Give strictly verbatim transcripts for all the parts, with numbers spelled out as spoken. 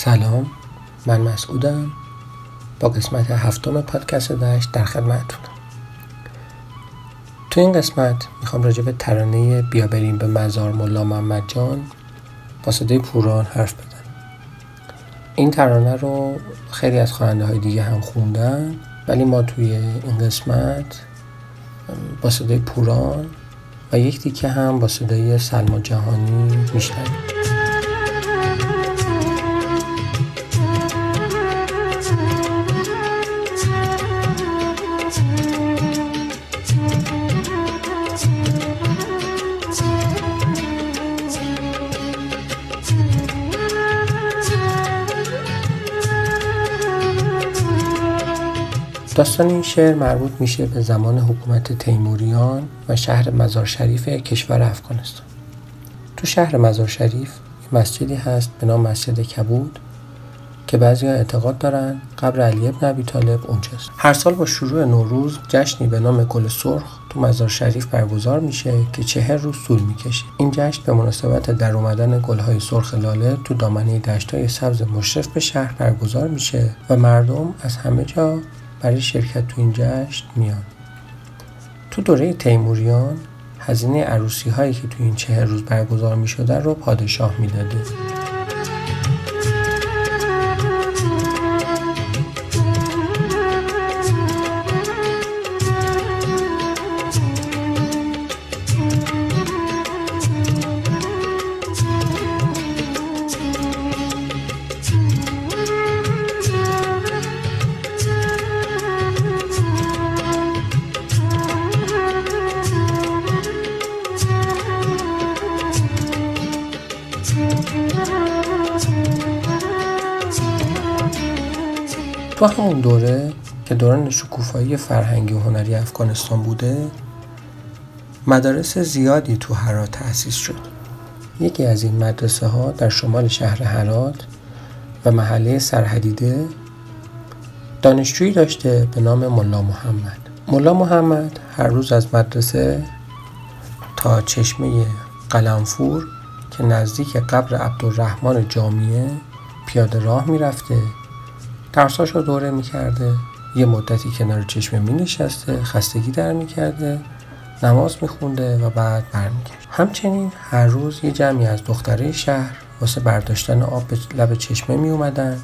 سلام، من مسعودم. با قسمت هفتم پادکست دشت در خدمتتونم. تو این قسمت میخوام راجع به ترانه بیا بریم به مزار ملا محمد جان با صدای پوران حرف بزنم. این ترانه رو خیلی از خواننده های دیگه هم خوندن، ولی ما توی این قسمت با صدای پوران و یک تیکه هم با صدای سلما جهانی میشنویم. داستان این شعر مربوط میشه به زمان حکومت تیموریان و شهر مزار شریف کشور افغانستان. تو شهر مزار شریف مسجدی هست به نام مسجد کبود که بعضی‌ها اعتقاد دارن قبر علی ابن ابی طالب اونجاست. هر سال با شروع نوروز جشنی به نام گل سرخ تو مزار شریف برگزار میشه که چهل روز طول میکشه. این جشن به مناسبت در اومدن گل‌های سرخ لاله تو دامنه دشت‌های سبز مشرف به شهر برگزار میشه و مردم از همه جا برای شرکت تو این جشن میان. تو دوره تیموریان هزینه عروسی هایی که تو این چهل روز برگزار می شده رو پادشاه می داده. تو همون دوره که دوران شکوفایی فرهنگی و هنری افغانستان بوده، مدارس زیادی تو هرات تأسیس شد. یکی از این مدرسه ها در شمال شهر هرات و محله سرحدیده دانشجویی داشته به نام ملا محمد. ملا محمد هر روز از مدرسه تا چشمه قلمفور که نزدیک قبر عبدالرحمن جامیه پیاده راه می رفته، درساشو دوره میکرده، یه مدتی کنار چشمه می نشسته، خستگی در میکرده، نماز میخونده و بعد برمیگشت. همچنین هر روز یه جمعی از دخترای شهر واسه برداشتن آب به لب چشمه می اومدن.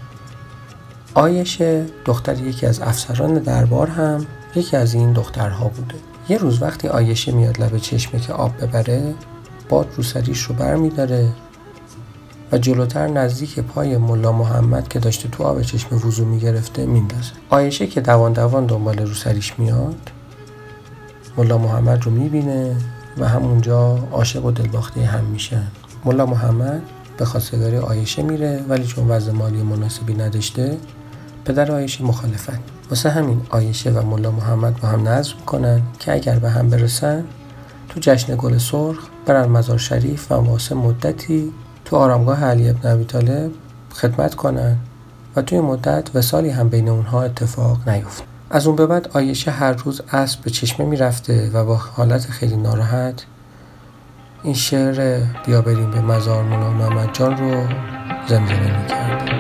عایشه دختر یکی از افسران دربار هم یکی از این دخترها بوده. یه روز وقتی عایشه میاد لب چشمه که آب ببره، باد رو سریش رو بر میداره و جلوتر نزدیک پای ملا محمد که داشته تو آب چشمه وضو میگرفته میندازه. عایشه که دوان دوان دنبال روسریش میاد، ملا محمد رو میبینه و همونجا عاشق و دلباخته هم میشن. ملا محمد به خواستگاری عایشه میره، ولی چون وضع مالی مناسبی نداشته پدر عایشه مخالفت. واسه همین عایشه و ملا محمد با هم نظر میکنن که اگر به هم برسن تو جشن گل سرخ برن مزار شریف و واسه مدتی تو آرامگاه علی ابن ابی طالب خدمت کنن و توی مدت وصالی هم بین اونها اتفاق نیفت. از اون به بعد عایشه هر روز عصر به چشمه میرفته و با حالت خیلی ناراحت این شعر بیا بریم به مزار ملا محمد جان رو زمزمه میکرده.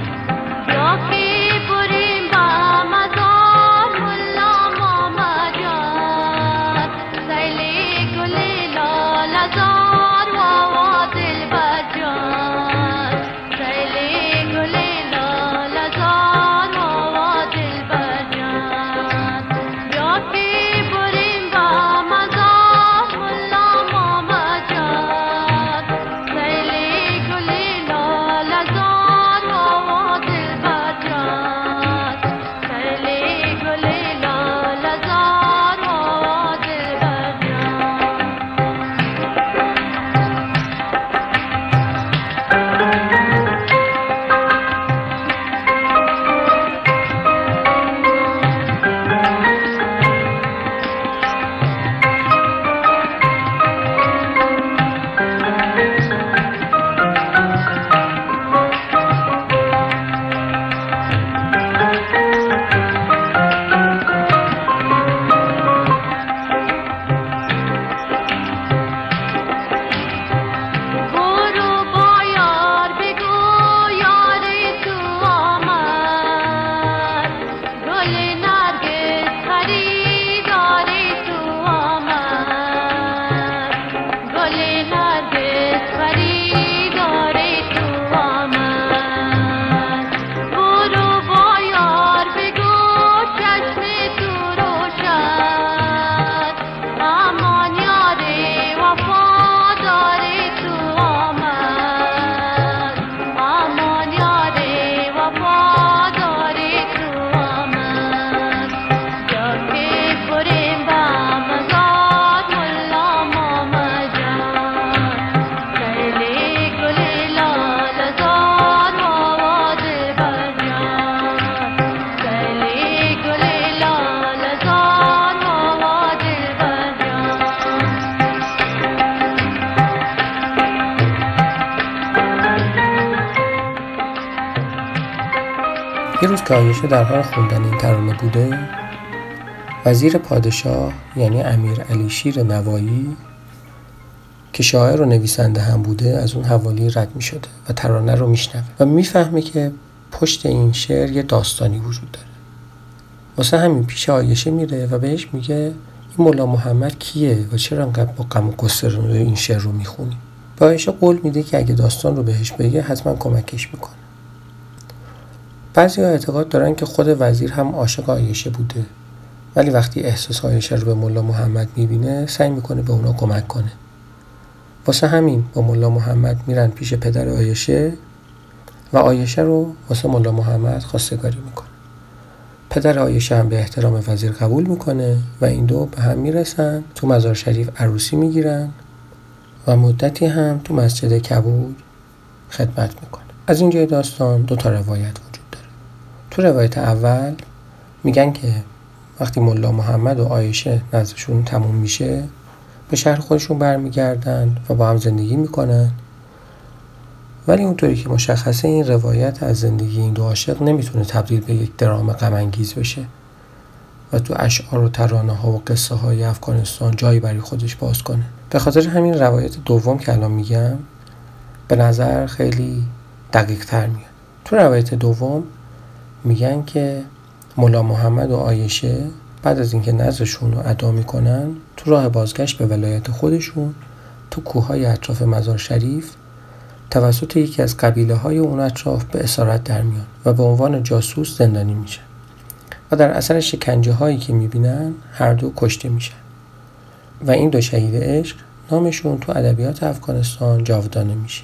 یه روز که عایشه در حال خوندن این ترانه بوده، وزیر پادشاه یعنی امیر علی شیر نوایی که شاعر و نویسنده هم بوده از اون حوالی رد می شده و ترانه رو می شنوه و می فهمه که پشت این شعر یه داستانی وجود داره. واسه همین پیش عایشه میره و بهش میگه این مولا محمد کیه و چرا انقدر با غم و غصه رو این شعر رو میخونی؟ و عایشه قول میده که اگه داستان رو بهش بگه حتما کمکش میکنه. بعضی ها اعتقاد دارن که خود وزیر هم عاشق عایشه بوده، ولی وقتی احساس عایشه رو به مولا محمد میبینه سعی میکنه به اونا کمک کنه. واسه همین با مولا محمد میرن پیش پدر عایشه و عایشه رو واسه مولا محمد خواستگاری میکنه. پدر عایشه هم به احترام وزیر قبول میکنه و این دو به هم میرسن، تو مزار شریف عروسی میگیرن و مدتی هم تو مسجد کبود خدمت میکنه. از اینجای داستان دو تا روایت وجود داره. تو روایت اول میگن که وقتی مولا محمد و عایشه نزدشون تموم میشه به شهر خودشون برمیگردن و با هم زندگی میکنن، ولی اونطوری که مشخصه این روایت از زندگی این دو عاشق نمیتونه تبدیل به یک درام غم انگیز بشه و تو اشعار و ترانه ها و قصه های افغانستان جایی برای خودش باز کنه. به خاطر همین روایت دوم که الان میگم به نظر خیلی دقیق تر میاد. تو روایت دوم میگن که مولا محمد و عایشه بعد از اینکه نذرشون رو ادا میکنن تو راه بازگشت به ولایت خودشون تو کوههای اطراف مزار شریف توسط یکی از قبیله های اون اطراف به اسارت در میان و به عنوان جاسوس زندانی میشن و در اثر شکنجه هایی که میبینن هر دو کشته میشن و این دو شهید عشق نامشون تو ادبیات افغانستان جاودانه میشه.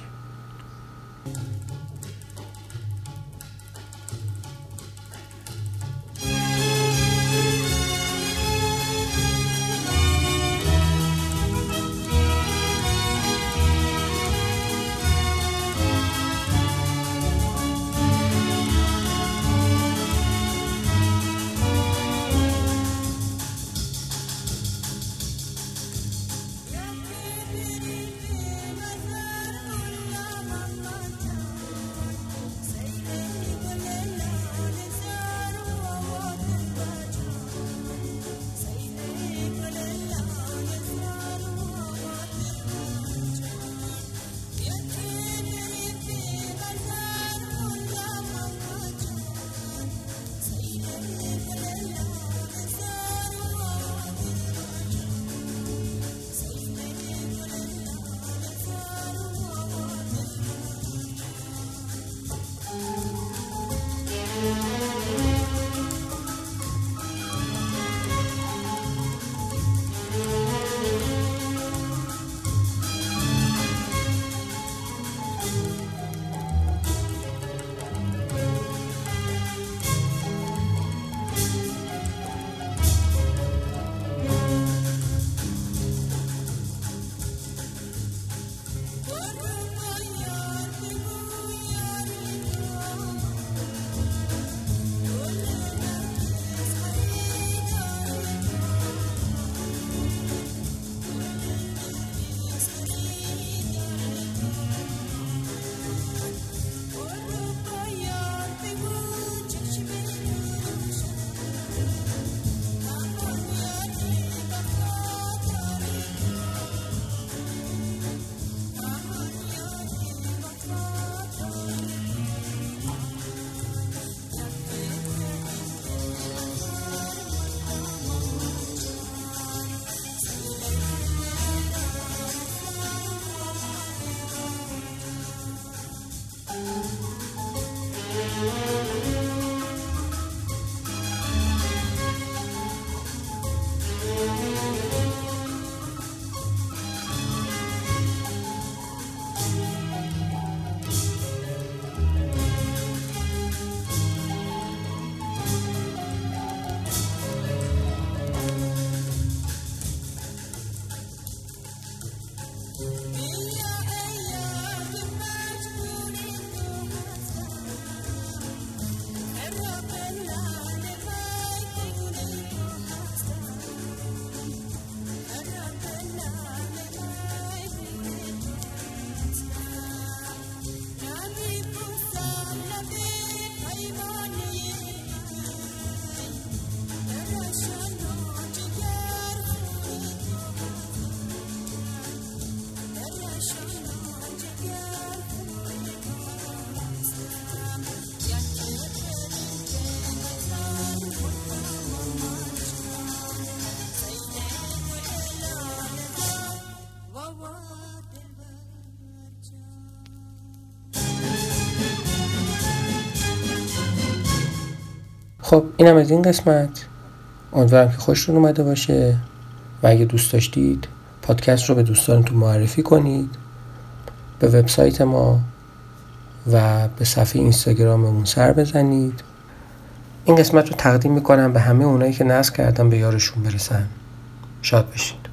خب اینم از این قسمت. امیدوارم که خوشتون اومده باشه و اگه دوست داشتید پادکست رو به دوستانتون معرفی کنید، به وبسایت ما و به صفحه اینستاگراممون سر بزنید. این قسمت رو تقدیم میکنم به همه اونایی که نذر کردن به یارشون برسن. شاد باشید.